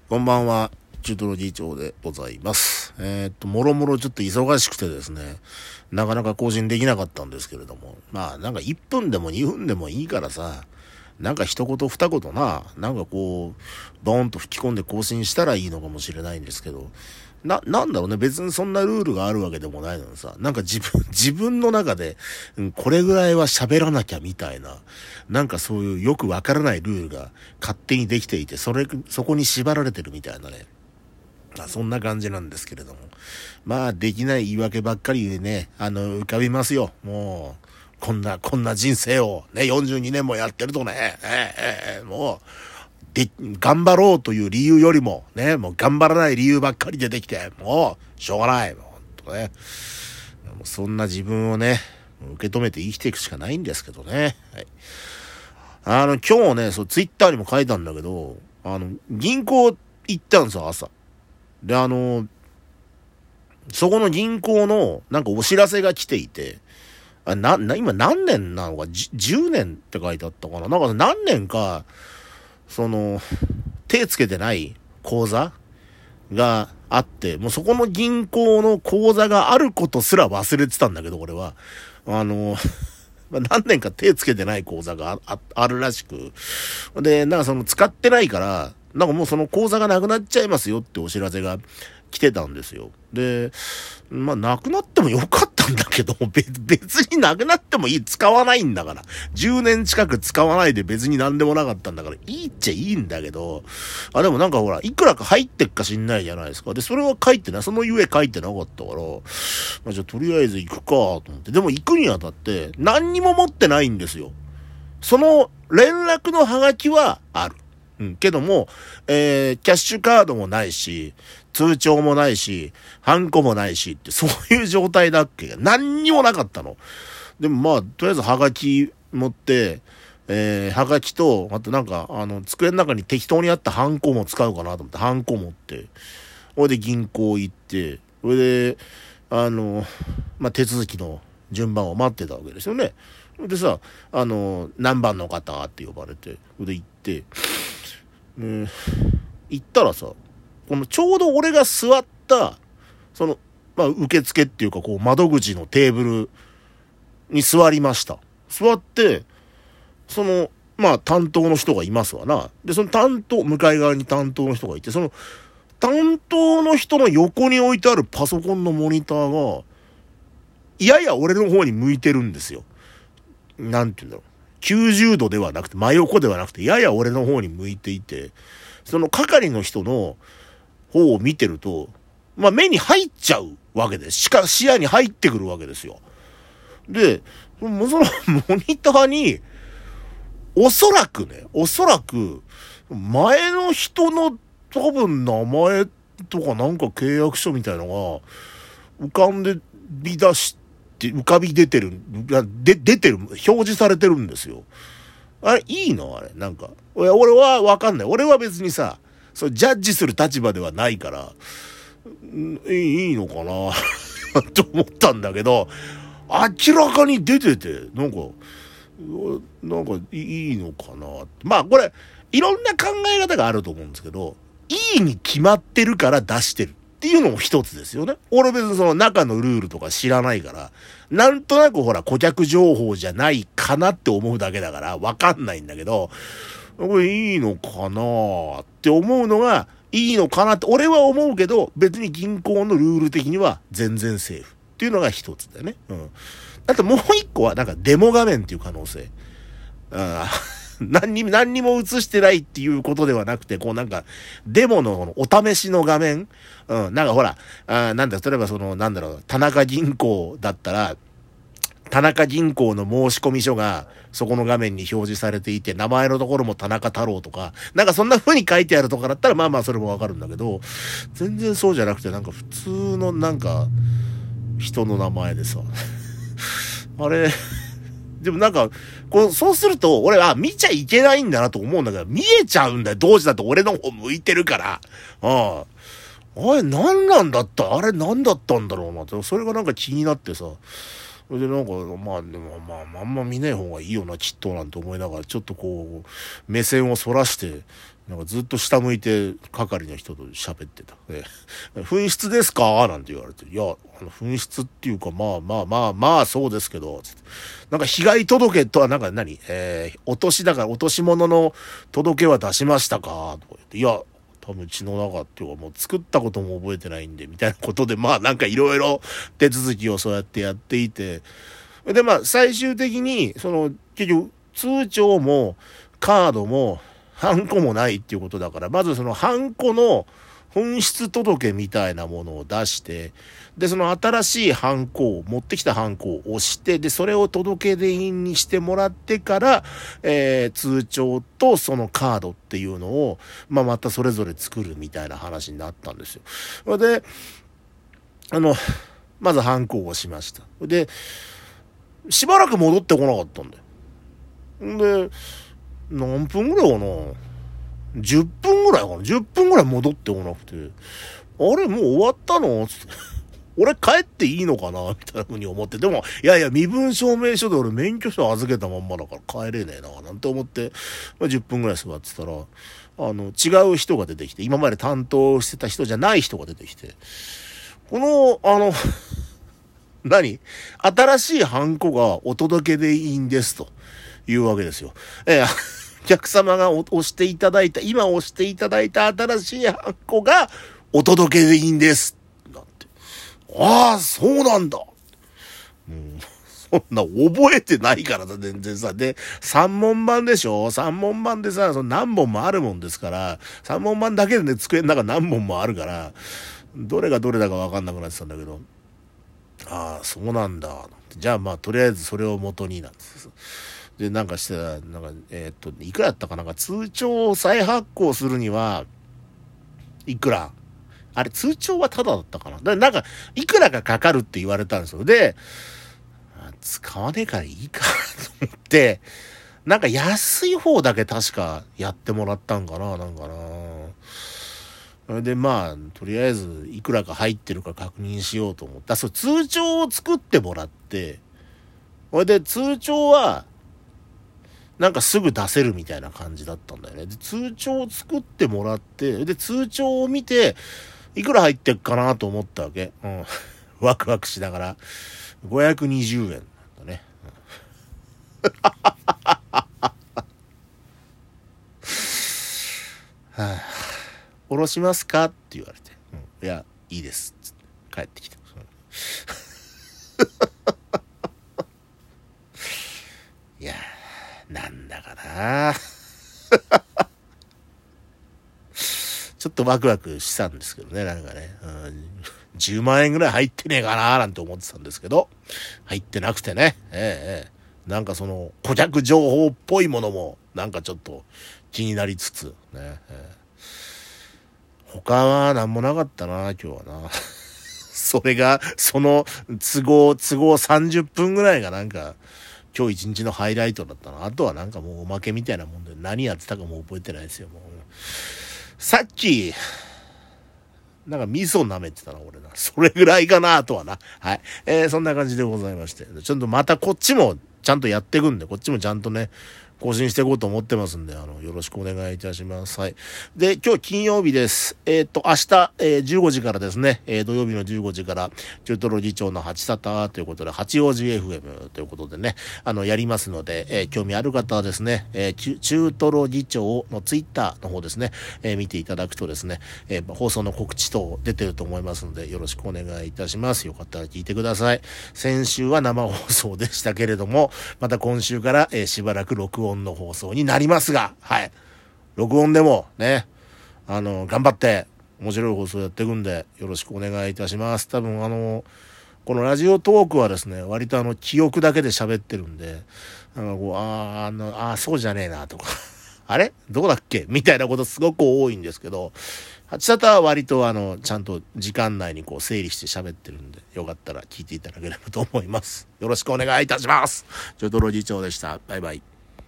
こんばんは、中トロ議長でございます。もろもろちょっと忙しくてですね、なかなか更新できなかったんですけれども、まあなんか1分でも2分でもいいからさ、なんか一言二言なんかこう、ドーンと吹き込んで更新したらいいのかもしれないんですけど、なんだろうね、別にそんなルールがあるわけでもないのにさ、なんか自分の中で、これぐらいは喋らなきゃみたいな、なんかそういうよくわからないルールが勝手にできていて、そこに縛られてるみたいなね。そんな感じなんですけれども。まあ、できない言い訳ばっかりでね、浮かびますよ。もう、こんな人生をね、42年もやってるとね、もう、頑張ろうという理由よりも、ね、もう頑張らない理由ばっかり出てきて、もう、しょうがない。もうほんとね。そんな自分をね、受け止めて生きていくしかないんですけどね。はい。今日ね、ツイッターにも書いたんだけど、銀行行ったんですよ、朝。で、そこの銀行の、なんかお知らせが来ていて、今何年なのか、10年って書いてあったかな。なんか何年か、手つけてない口座があって、もうそこの銀行の口座があることすら忘れてたんだけど、俺は。何年か手つけてない口座があるらしく。で、なんか使ってないから、なんかもうその口座がなくなっちゃいますよってお知らせが来てたんですよ。で、まあ、なくなってもよかったんだけど、別になくなってもいい。使わないんだから。10年近く使わないで別になんでもなかったんだから、いいっちゃいいんだけど、でもなんかほら、いくらか入ってっか知んないじゃないですか。で、それは書いてない。そのゆえ書いてなかったから、じゃあとりあえず行くか、と思って。でも行くにあたって、何にも持ってないんですよ。その連絡のハガキはある。けども、キャッシュカードもないし、通帳もないし、ハンコもないしって、そういう状態だっけ。何にもなかったの。でもまあ、とりあえずハガキ持って、ハガキと、あとなんか、机の中に適当にあったハンコも使うかなと思って、ハンコ持って、それで銀行行って、それで、まあ、手続きの順番を待ってたわけですよね。でさ、何番の方って呼ばれて、で行って、行ったらさ、このちょうど俺が座った、まあ、受付っていうか、こう、窓口のテーブルに座りました。座って、まあ、担当の人がいますわな。で、向かい側に担当の人がいて、担当の人の横に置いてあるパソコンのモニターが、やや俺の方に向いてるんですよ。なんて言うんだろう。90度ではなくて、真横ではなくて、やや俺の方に向いていて、その係の人の方を見てると、まあ目に入っちゃうわけです。視野に入ってくるわけですよ。で、そのモニターに、おそらく、前の人の多分名前とかなんか契約書みたいのが、浮かび出てる、出てる、表示されてるんですよ。あれ、いいのあれ、なんか。俺はわかんない。俺は別にさ、ジャッジする立場ではないから、いいのかなと思ったんだけど、明らかに出てて、なんかいいのかな。まあこれ、いろんな考え方があると思うんですけど、いいに決まってるから出してるっていうのも一つですよね。俺別に中のルールとか知らないから、なんとなくほら顧客情報じゃないかなって思うだけだからわかんないんだけど、これいいのかなって思うのがいいのかなって俺は思うけど、別に銀行のルール的には全然セーフっていうのが一つだよね。あともう一個はなんかデモ画面っていう可能性。何にも映してないっていうことではなくて、こうなんか、デモのお試しの画面。なんかほら、例えば田中銀行だったら、田中銀行の申込書が、そこの画面に表示されていて、名前のところも田中太郎とか、なんかそんな風に書いてあるとかだったら、まあまあそれもわかるんだけど、全然そうじゃなくて、なんか普通のなんか、人の名前でさ、あれ、でもなんか、そうすると、俺は見ちゃいけないんだなと思うんだけど、見えちゃうんだよ。同時だと俺の方向いてるから。あれ何なんだったあれ何だったんだろうなって。それがなんか気になってさ。で、なんか、まあ、でもまあ、あんま見ない方がいいよな、きっと、なんて思いながら、ちょっとこう、目線をそらして、 なんかずっと下向いて係の人と喋ってた。紛失ですかなんて言われて。いや、紛失っていうか、まあ、そうですけど、つって。なんか被害届とはなんか落としだから落とし物の届けは出しましたかとか言って。いや、多分うちの中っていうかもう作ったことも覚えてないんで、みたいなことで、まあなんかいろいろ手続きをそうやってやっていて。で、まあ最終的に、結局、通帳もカードも、ハンコもないっていうことだから、まずそのハンコの紛失届みたいなものを出して、で、その新しいハンコを、持ってきたハンコを押して、で、それを届け出印にしてもらってから、通帳とそのカードっていうのを、またそれぞれ作るみたいな話になったんですよ。で、まずハンコを押しました。で、しばらく戻ってこなかったんだよ。で、何分ぐらいかな ?10 分ぐらいかな ?10 分ぐらい戻ってこなくて、あれもう終わったのつって。俺帰っていいのかなみたいな風に思って。でも、いや、身分証明書で俺免許証預けたまんまだから帰れねえな、なんて思って、10分ぐらい座ってたら、違う人が出てきて、今まで担当してた人じゃない人が出てきて、新しいハンコがお届けでいいんですと。いうわけですよ。お客様が今押していただいた新しいハンコがお届けでいいんです。なんて。ああ、そうなんだ。そんな覚えてないからさ、全然さ。で、3問版でしょ ?3 問版でさ、何本もあるもんですから、3問版だけでね、机の中何本もあるから、どれがどれだかわかんなくなってたんだけど、ああ、そうなんだ。じゃあまあ、とりあえずそれを元になんです。で、なんかしてたら、いくらだったかなんか通帳を再発行するには、いくらあれ、通帳はタダだったかななんか、いくらかかかるって言われたんですよ。で、使わねえからいいかと思って、なんか安い方だけ確かやってもらったんかななんかなで、まあ、とりあえず、いくらか入ってるか確認しようと思った。そう、通帳を作ってもらって、それで、通帳は、なんかすぐ出せるみたいな感じだったんだよね。で、通帳を作ってもらって、で、通帳を見て、いくら入ってっかなと思ったわけ。うん。ワクワクしながら。520円だね。はあ、下ろしますかって言われて。いや、いいです。つって帰ってきた。いやなんだかなちょっとワクワクしたんですけどね、なんかね、10万円ぐらい入ってねえかななんて思ってたんですけど、入ってなくてね、なんか顧客情報っぽいものも、なんかちょっと気になりつつ、ね、他は何もなかったな、今日はな。それが、都合30分ぐらいがなんか、今日一日のハイライトだったな。あとはなんかもうおまけみたいなもんで、何やってたかもう覚えてないですよ、もう。さっき、なんか味噌舐めてたな、俺な。それぐらいかな、とはな。はい。そんな感じでございまして。ちょっとまたこっちもちゃんとやっていくんで、こっちもちゃんとね、更新していこうと思ってますんで、よろしくお願いいたします。はい。で、今日金曜日です。明日、15時からですね、土曜日の15時から、中トロ議長の八沙汰ということで、八王子 FM ということでね、やりますので、興味ある方はですね、中トロ議長のツイッターの方ですね、見ていただくとですね、放送の告知等出てると思いますので、よろしくお願いいたします。よかったら聞いてください。先週は生放送でしたけれども、また今週から、しばらく録音の放送になりますが、はい。録音でもね、頑張って面白い放送やっていくんで、よろしくお願いいたします。多分このラジオトークはですね、割と記憶だけで喋ってるんで、そうじゃねえなとか、あれどうだっけみたいなことすごく多いんですけど、八沙汰は割とちゃんと時間内にこう整理して喋ってるんで、よかったら聞いていただければと思います。よろしくお願いいたします。ちょいとろ議長でした。バイバイ。